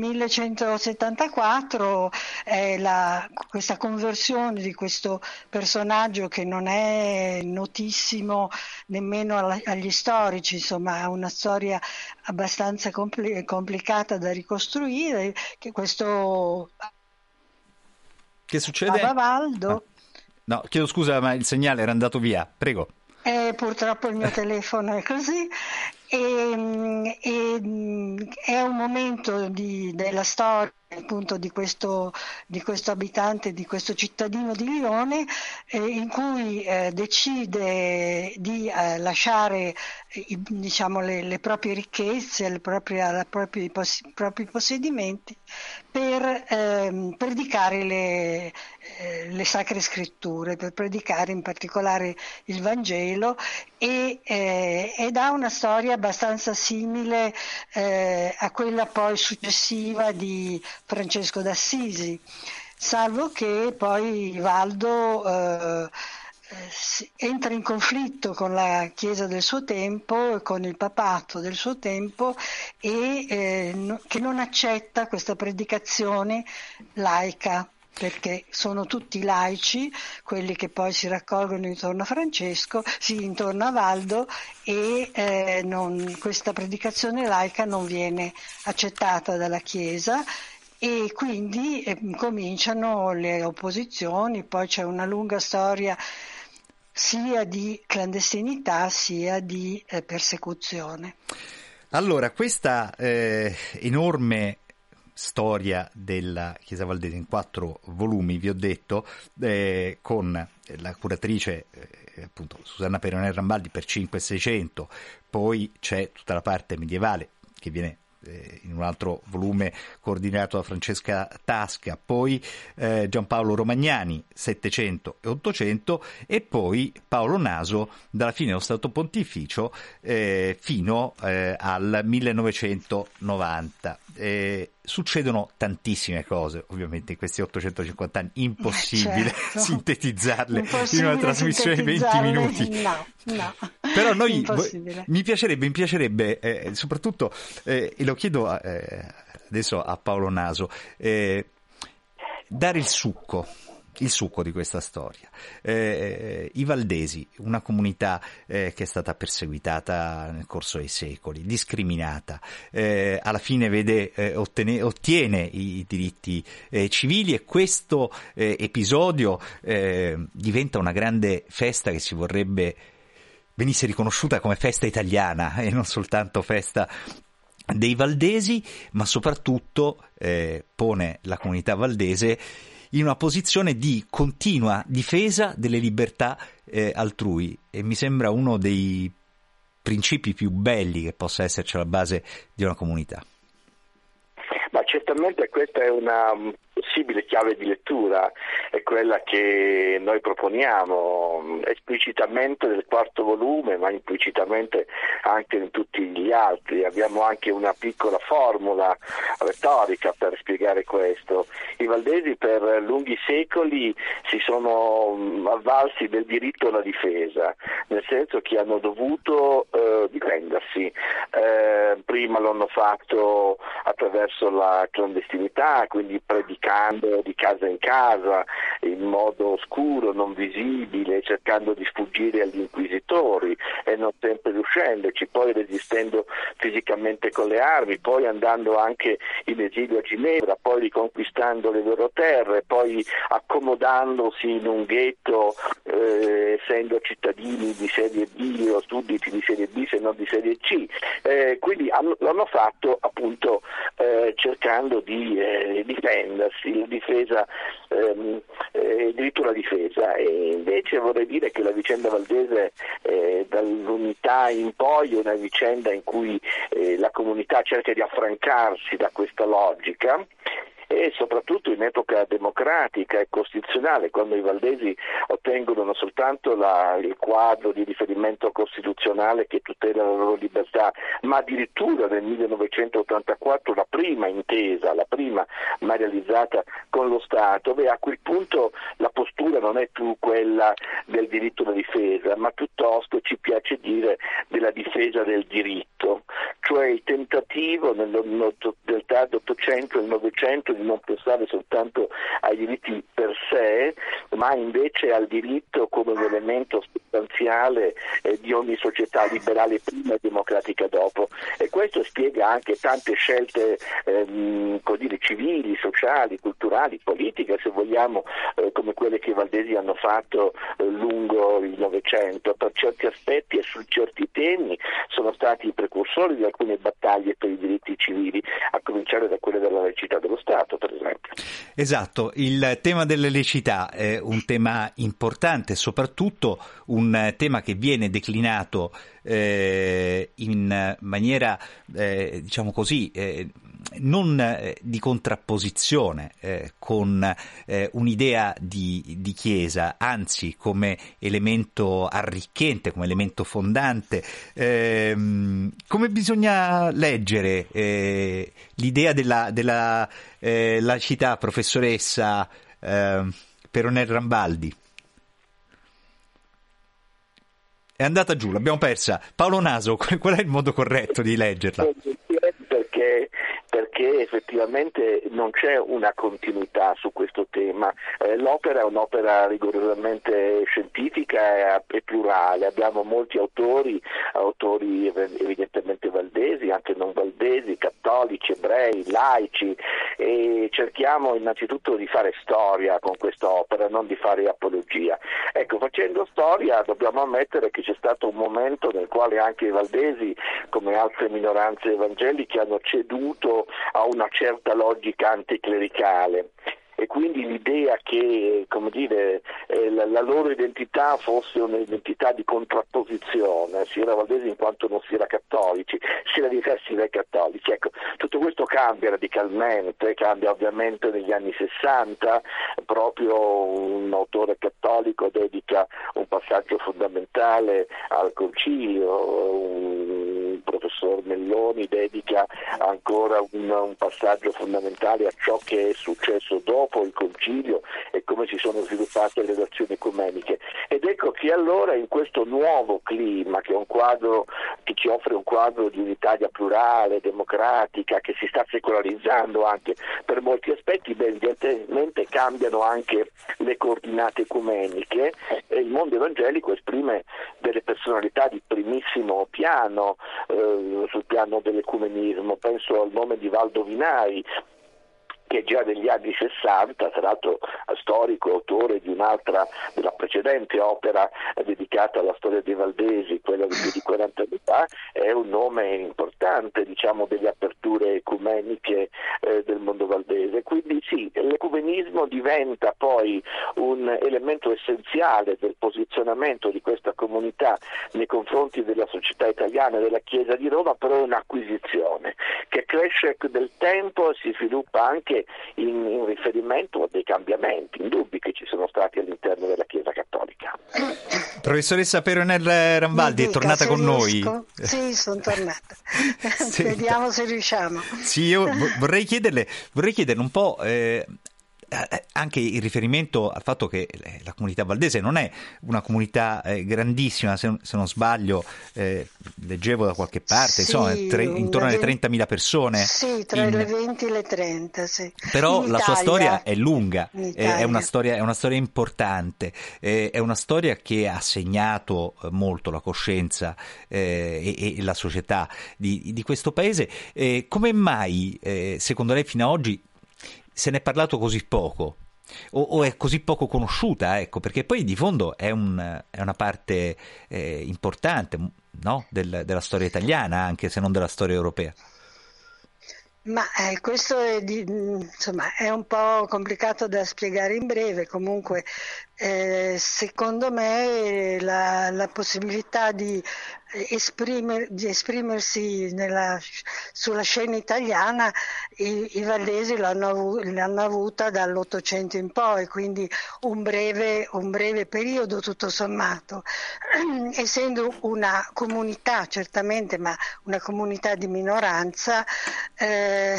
Speaker 5: 1174 è questa conversione di questo personaggio che non è notissimo nemmeno agli storici, insomma ha una storia abbastanza complicata da ricostruire, che questo
Speaker 7: che succede?
Speaker 5: Papa Valdo.
Speaker 7: No, chiedo scusa, ma il segnale era andato via, prego.
Speaker 5: Purtroppo il mio telefono è così. È un momento della storia appunto di questo abitante, di questo cittadino di Lione, in cui decide di lasciare diciamo le proprie ricchezze, i propri possedimenti per predicare le sacre scritture, per predicare in particolare il Vangelo, ed ha una storia abbastanza simile a quella poi successiva di Francesco d'Assisi, salvo che poi Valdo entra in conflitto con la Chiesa del suo tempo e con il papato del suo tempo e che non accetta questa predicazione laica, perché sono tutti laici quelli che poi si raccolgono intorno a Valdo, e questa predicazione laica non viene accettata dalla Chiesa, e quindi cominciano le opposizioni. Poi c'è una lunga storia sia di clandestinità sia di persecuzione. Allora,
Speaker 7: questa enorme storia della Chiesa Valdese in 4 volumi, vi ho detto, con la curatrice appunto Susanna Peronel Rambaldi per 5 e 600, poi c'è tutta la parte medievale che viene in un altro volume coordinato da Francesca Tasca, poi Giampaolo Romagnani 700 e 800, e poi Paolo Naso dalla fine dello Stato Pontificio fino al 1990. Succedono tantissime cose ovviamente in questi 850 anni, impossibile sintetizzarle in una trasmissione di 20 minuti.
Speaker 5: No.
Speaker 7: Però mi piacerebbe soprattutto, e lo chiedo adesso a Paolo Naso, dare il succo di questa storia. I Valdesi, una comunità che è stata perseguitata nel corso dei secoli, discriminata, alla fine ottiene i diritti civili, e questo episodio diventa una grande festa che si vorrebbe venisse riconosciuta come festa italiana e non soltanto festa dei Valdesi, ma soprattutto pone la comunità valdese in una posizione di continua difesa delle libertà altrui, e mi sembra uno dei principi più belli che possa esserci alla base di una comunità.
Speaker 10: Ma certamente questa è una possibile chiave di lettura, è quella che noi proponiamo esplicitamente nel quarto volume, ma implicitamente anche in tutti gli altri. Abbiamo anche una piccola formula retorica per spiegare questo. I valdesi per lunghi secoli si sono avvalsi del diritto alla difesa, nel senso che hanno dovuto difendersi. Prima lo hanno fatto attraverso la clandestinità, quindi predicando di casa in casa in modo oscuro, non visibile, cercando di sfuggire agli inquisitori e non sempre riuscendoci, poi resistendo fisicamente con le armi, poi andando anche in esilio a Ginevra, poi riconquistando le loro terre, poi accomodandosi in un ghetto essendo cittadini di serie B o sudditi di serie B se non di serie C. Quindi l'hanno fatto appunto cercando di difendersi, il diritto alla difesa. E invece vorrei dire che la vicenda valdese dall'unità in poi è una vicenda in cui la comunità cerca di affrancarsi da questa logica, e soprattutto in epoca democratica e costituzionale, quando i valdesi ottengono non soltanto il quadro di riferimento costituzionale che tutela la loro libertà, ma addirittura nel 1984 la prima intesa, la prima mai realizzata con lo Stato. A quel punto la postura non è più quella del diritto alla difesa, ma piuttosto, ci piace dire, della difesa del diritto, cioè il tentativo del tardo Ottocento e il Novecento di non pensare soltanto ai diritti per sé, ma invece al diritto come un elemento sostanziale di ogni società liberale prima e democratica dopo. E questo spiega anche tante scelte civili, sociali, culturali, politiche, se vogliamo, come quelle che i valdesi hanno fatto lungo il Novecento. Per certi aspetti e su certi temi sono stati i precursori di alcune battaglie per i diritti civili, a cominciare da quelle della laicità dello Stato, per esempio.
Speaker 7: Esatto, il tema della laicità è un tema importante, soprattutto un tema che viene declinato in maniera, diciamo così, non di contrapposizione con un'idea di Chiesa, anzi come elemento arricchente, come elemento fondante. Come bisogna leggere l'idea della laicità, professoressa Peronel Rambaldi? È andata giù, l'abbiamo persa. Paolo Naso, qual è il modo corretto di leggerla?
Speaker 10: Perché effettivamente non c'è una continuità su questo tema. L'opera è un'opera rigorosamente scientifica e plurale. Abbiamo molti autori evidentemente valdesi, anche non valdesi, cattolici, ebrei, laici, e cerchiamo innanzitutto di fare storia con quest'opera, non di fare apologia. Ecco, facendo storia dobbiamo ammettere che c'è stato un momento nel quale anche i valdesi, come altre minoranze evangeliche, hanno ceduto a una certa logica anticlericale, e quindi l'idea che, come dire, la loro identità fosse un'identità di contrapposizione, si era valdesi in quanto non si era cattolici, si era diversi dai cattolici. Ecco, tutto questo cambia radicalmente, cambia ovviamente negli anni 60, proprio un autore cattolico dedica un passaggio fondamentale al Concilio, un professor Melloni dedica ancora un passaggio fondamentale a ciò che è successo dopo il Concilio e come si sono sviluppate le relazioni ecumeniche. Ed ecco che allora in questo nuovo clima, che è un quadro che ci offre un quadro di un'Italia plurale, democratica, che si sta secolarizzando anche per molti aspetti, evidentemente cambiano anche le coordinate ecumeniche, e il mondo evangelico esprime delle personalità di primissimo piano sul piano dell'ecumenismo. Penso al nome di Valdo Vinari, che già negli anni 60, tra l'altro storico, autore di della precedente opera dedicata alla storia dei Valdesi, quella di più di 40 anni fa, è un nome importante, diciamo, delle aperture ecumeniche del mondo valdese. Quindi sì, l'ecumenismo diventa poi un elemento essenziale del posizionamento di questa comunità nei confronti della società italiana e della Chiesa di Roma, però è un'acquisizione che cresce nel tempo e si sviluppa anche in riferimento a dei cambiamenti indubbi che ci sono stati all'interno della Chiesa cattolica. scientifica.
Speaker 7: Professoressa Peronella Rambaldi, è tornata con noi?
Speaker 5: Sì, sono tornata.
Speaker 7: Senta.
Speaker 5: Vediamo se riusciamo.
Speaker 7: Sì, io vorrei chiederle un po' anche in riferimento al fatto che la comunità valdese non è una comunità grandissima, se non sbaglio, leggevo da qualche parte,
Speaker 5: Sì,
Speaker 7: insomma, intorno alle 30.000 persone.
Speaker 5: Sì, tra le 20 e le 30, sì.
Speaker 7: Però
Speaker 5: In
Speaker 7: la sua
Speaker 5: Italia.
Speaker 7: storia è lunga,
Speaker 5: In
Speaker 7: è una
Speaker 5: Italia.
Speaker 7: storia importante, è una storia che ha segnato molto la coscienza e la società di questo paese. Come mai, secondo lei, fino ad oggi se ne è parlato così poco o è così poco conosciuta, ecco, perché poi di fondo è una parte importante, no? della storia italiana, anche se non della storia europea.
Speaker 5: Ma questo insomma, è un po' complicato da spiegare in breve. Comunque secondo me la possibilità di esprimersi sulla scena italiana i valdesi l'hanno avuta dall'800 in poi, quindi un breve periodo tutto sommato. Essendo una comunità, certamente, ma una comunità di minoranza, è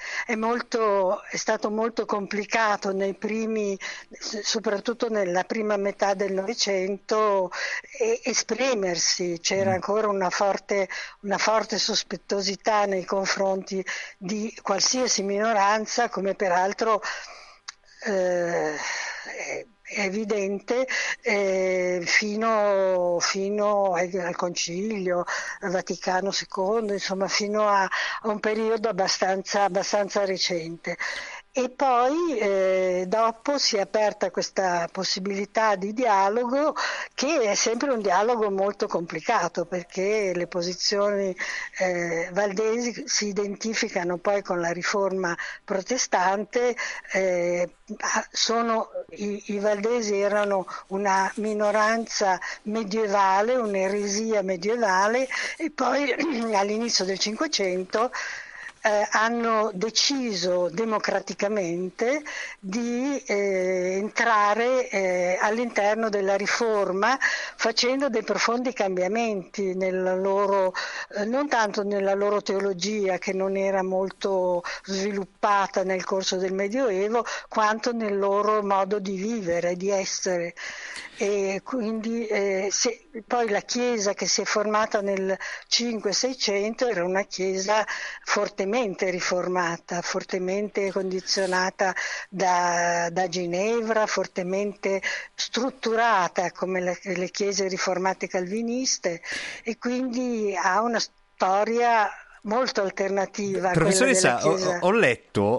Speaker 5: stato molto complicato soprattutto nella prima metà del Novecento, esprimersi. C'era ancora una forte sospettosità nei confronti di qualsiasi minoranza, come peraltro è evidente fino al Concilio Vaticano II, insomma fino a un periodo abbastanza recente. E poi dopo si è aperta questa possibilità di dialogo, che è sempre un dialogo molto complicato, perché le posizioni valdesi si identificano poi con la riforma protestante. I valdesi erano una minoranza medievale, un'eresia medievale, e poi all'inizio del Cinquecento hanno deciso democraticamente di entrare all'interno della riforma, facendo dei profondi cambiamenti non tanto nella loro teologia, che non era molto sviluppata nel corso del Medioevo, quanto nel loro modo di vivere, di essere. E quindi poi la Chiesa che si è formata nel 500-600 era una Chiesa fortemente riformata, fortemente condizionata da Ginevra, fortemente strutturata come le chiese riformate calviniste, e quindi ha una storia molto alternativa.
Speaker 7: Professoressa,
Speaker 5: Quella della Chiesa.
Speaker 7: ho letto,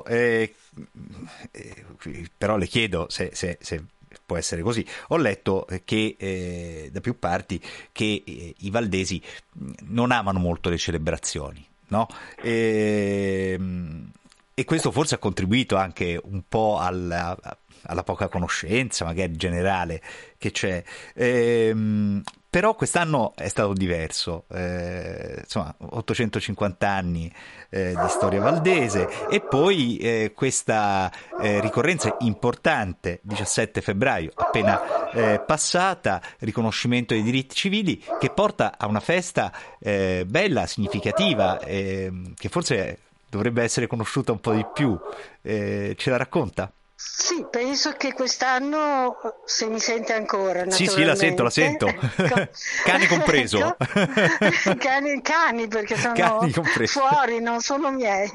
Speaker 7: però le chiedo se può essere così. Ho letto che da più parti che i valdesi non amano molto le celebrazioni, no? E questo forse ha contribuito anche un po' alla poca conoscenza, magari generale, che c'è. Però quest'anno è stato diverso, insomma 850 anni di storia valdese, e poi questa ricorrenza importante, 17 febbraio, appena passata, riconoscimento dei diritti civili, che porta a una festa bella, significativa, che forse dovrebbe essere conosciuta un po' di più. Ce la racconta?
Speaker 5: Sì, penso che quest'anno, se mi sente ancora,
Speaker 7: Sì, la sento. Cani compreso.
Speaker 5: Ecco. Cani, perché sono fuori, non sono miei.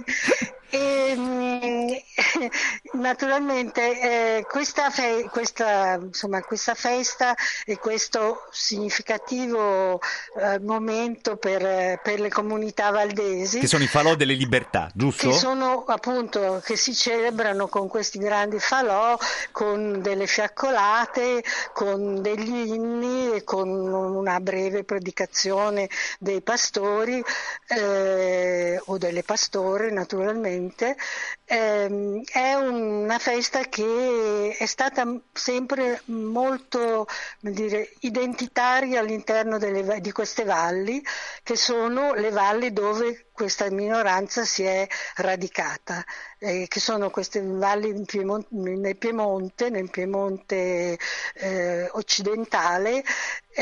Speaker 5: E naturalmente questa festa e questo significativo momento per le comunità valdesi,
Speaker 7: che sono i falò delle libertà, giusto?
Speaker 5: Che sono appunto, che si celebrano con questi grandi falò, con delle fiaccolate, con degli inni e con una breve predicazione dei pastori o delle pastore, naturalmente, ovviamente. È una festa che è stata sempre molto, come dire, identitaria all'interno di queste valli, che sono le valli dove questa minoranza si è radicata, che sono queste valli nel Piemonte occidentale,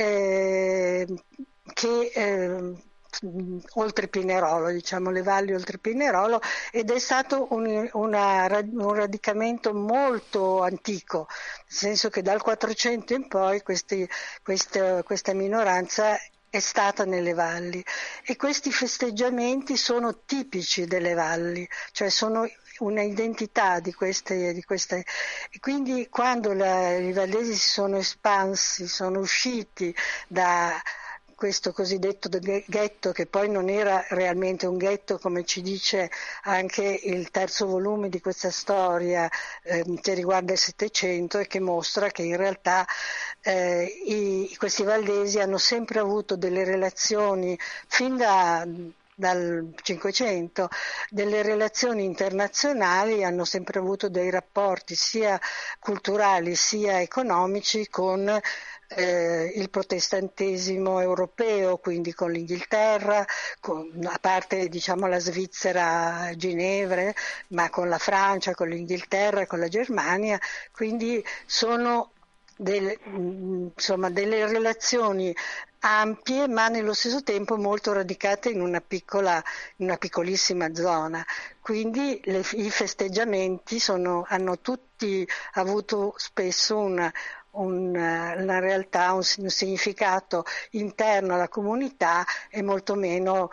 Speaker 5: oltre Pinerolo, diciamo le valli oltre Pinerolo, ed è stato un radicamento molto antico, nel senso che dal 400 in poi questa minoranza è stata nelle valli, e questi festeggiamenti sono tipici delle valli, cioè sono una identità di queste. E quindi quando i valdesi si sono espansi, sono usciti da questo cosiddetto ghetto, che poi non era realmente un ghetto, come ci dice anche il terzo volume di questa storia che riguarda il Settecento, e che mostra che in realtà questi valdesi hanno sempre avuto delle relazioni fin dal Cinquecento, delle relazioni internazionali, hanno sempre avuto dei rapporti sia culturali sia economici con il protestantesimo europeo, quindi con l'Inghilterra, a parte diciamo la Svizzera, Ginevra, ma con la Francia, con l'Inghilterra, con la Germania, quindi sono delle relazioni ampie, ma nello stesso tempo molto radicate in una piccolissima zona. Quindi i festeggiamenti hanno tutti avuto spesso una realtà, un significato interno alla comunità e molto meno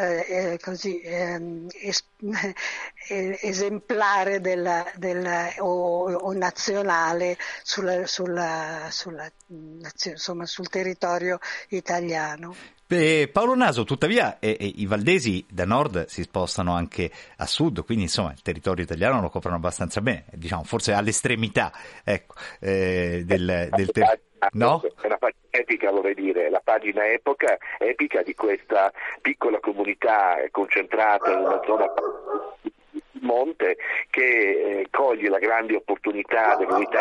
Speaker 5: esemplare o nazionale sul territorio italiano.
Speaker 7: Paolo Naso, tuttavia, i valdesi da nord si spostano anche a sud, quindi insomma il territorio italiano lo coprono abbastanza bene, diciamo forse all'estremità, ecco, no?
Speaker 10: È una pagina epica, vorrei dire, la pagina epica di questa piccola comunità concentrata in una zona monte che coglie la grande opportunità dell'unità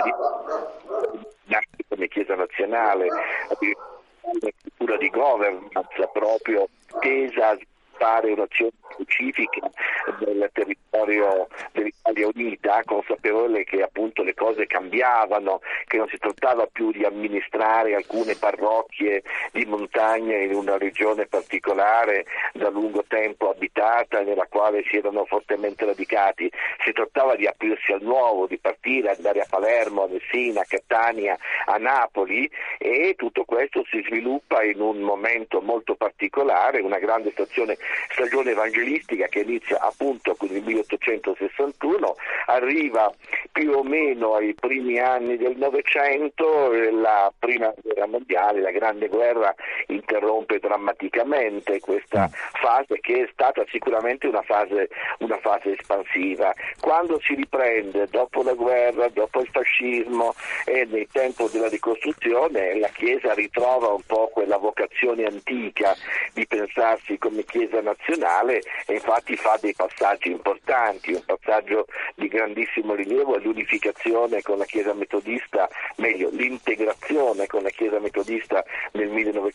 Speaker 10: come Chiesa nazionale, una struttura di governance proprio tesa a sviluppare un'azione specifica nel territorio dell'Italia Unita, consapevole che appunto le cose cambiavano, che non si trattava più di amministrare alcune parrocchie di montagna in una regione particolare da lungo tempo abitata nella quale si erano fortemente radicati, si trattava di aprirsi al nuovo, di partire, andare a Palermo, a Messina, a Catania, a Napoli, e tutto questo si sviluppa in un momento molto particolare, una grande stagione evangelistica che inizia appunto con il 1861, arriva più o meno ai primi anni del Novecento, la prima guerra mondiale, la grande guerra interrompe drammaticamente questa fase, che è stata sicuramente una fase espansiva. Quando si riprende dopo la guerra, dopo il fascismo e nel tempo della ricostruzione, la Chiesa ritrova un po' quella vocazione antica di pensarsi come Chiesa nazionale, e infatti fa dei passaggi importanti. Un passaggio di grandissimo rilievo è l'unificazione con la Chiesa metodista, meglio l'integrazione con la Chiesa metodista nel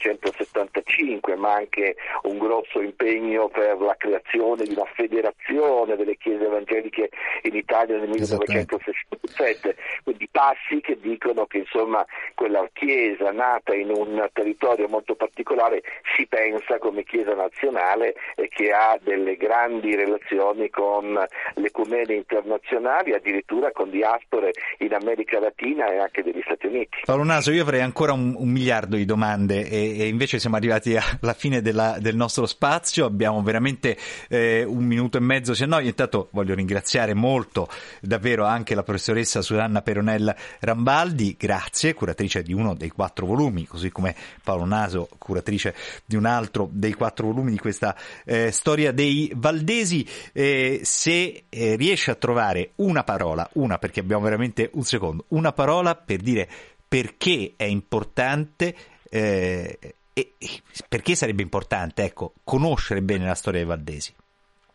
Speaker 10: 1975, ma anche un grosso impegno per la creazione di una federazione delle chiese evangeliche in Italia nel 1967, quindi passi che dicono che insomma quella Chiesa nata in un territorio molto particolare si pensa come Chiesa nazionale e che ha delle grandi relazioni con l'ecumene internazionali, addirittura con diaspore in America Latina e anche degli Stati Uniti.
Speaker 7: Paolo Naso, io avrei ancora un miliardo di domande e invece siamo arrivati alla fine del nostro spazio, abbiamo veramente 1 minuto e mezzo, se no. Intanto voglio ringraziare molto davvero anche la professoressa Susanna Peronella Rambaldi, grazie, curatrice di uno dei 4 volumi, così come Paolo Naso, curatrice di un altro dei 4 volumi di questa storia dei valdesi. Se riesce a trovare una parola, perché abbiamo veramente un secondo, una parola per dire perché è importante e perché sarebbe importante, ecco, conoscere bene la storia dei valdesi.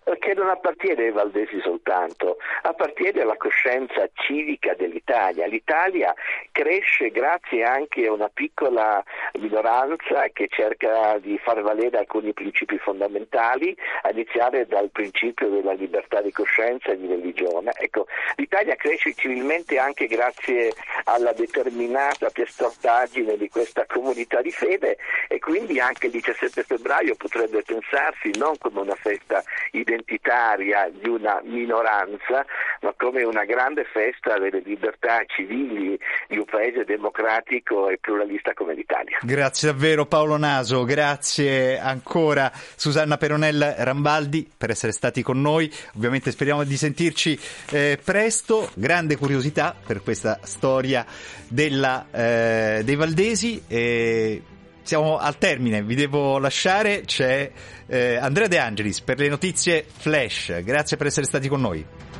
Speaker 10: che non appartiene ai valdesi soltanto, appartiene alla coscienza civica dell'Italia. L'Italia cresce grazie anche a una piccola minoranza che cerca di far valere alcuni principi fondamentali, a iniziare dal principio della libertà di coscienza e di religione. Ecco, l'Italia cresce civilmente anche grazie alla determinata testardaggine di questa comunità di fede, e quindi anche il 17 febbraio potrebbe pensarsi non come una festa identitaria di una minoranza, ma come una grande festa delle libertà civili di un paese democratico e pluralista come l'Italia.
Speaker 7: Grazie davvero Paolo Naso, grazie ancora Susanna Peronella Rambaldi per essere stati con noi. Ovviamente speriamo di sentirci presto. Grande curiosità per questa storia dei valdesi. Siamo al termine, vi devo lasciare, c'è Andrea De Angelis per le notizie flash. Grazie per essere stati con noi.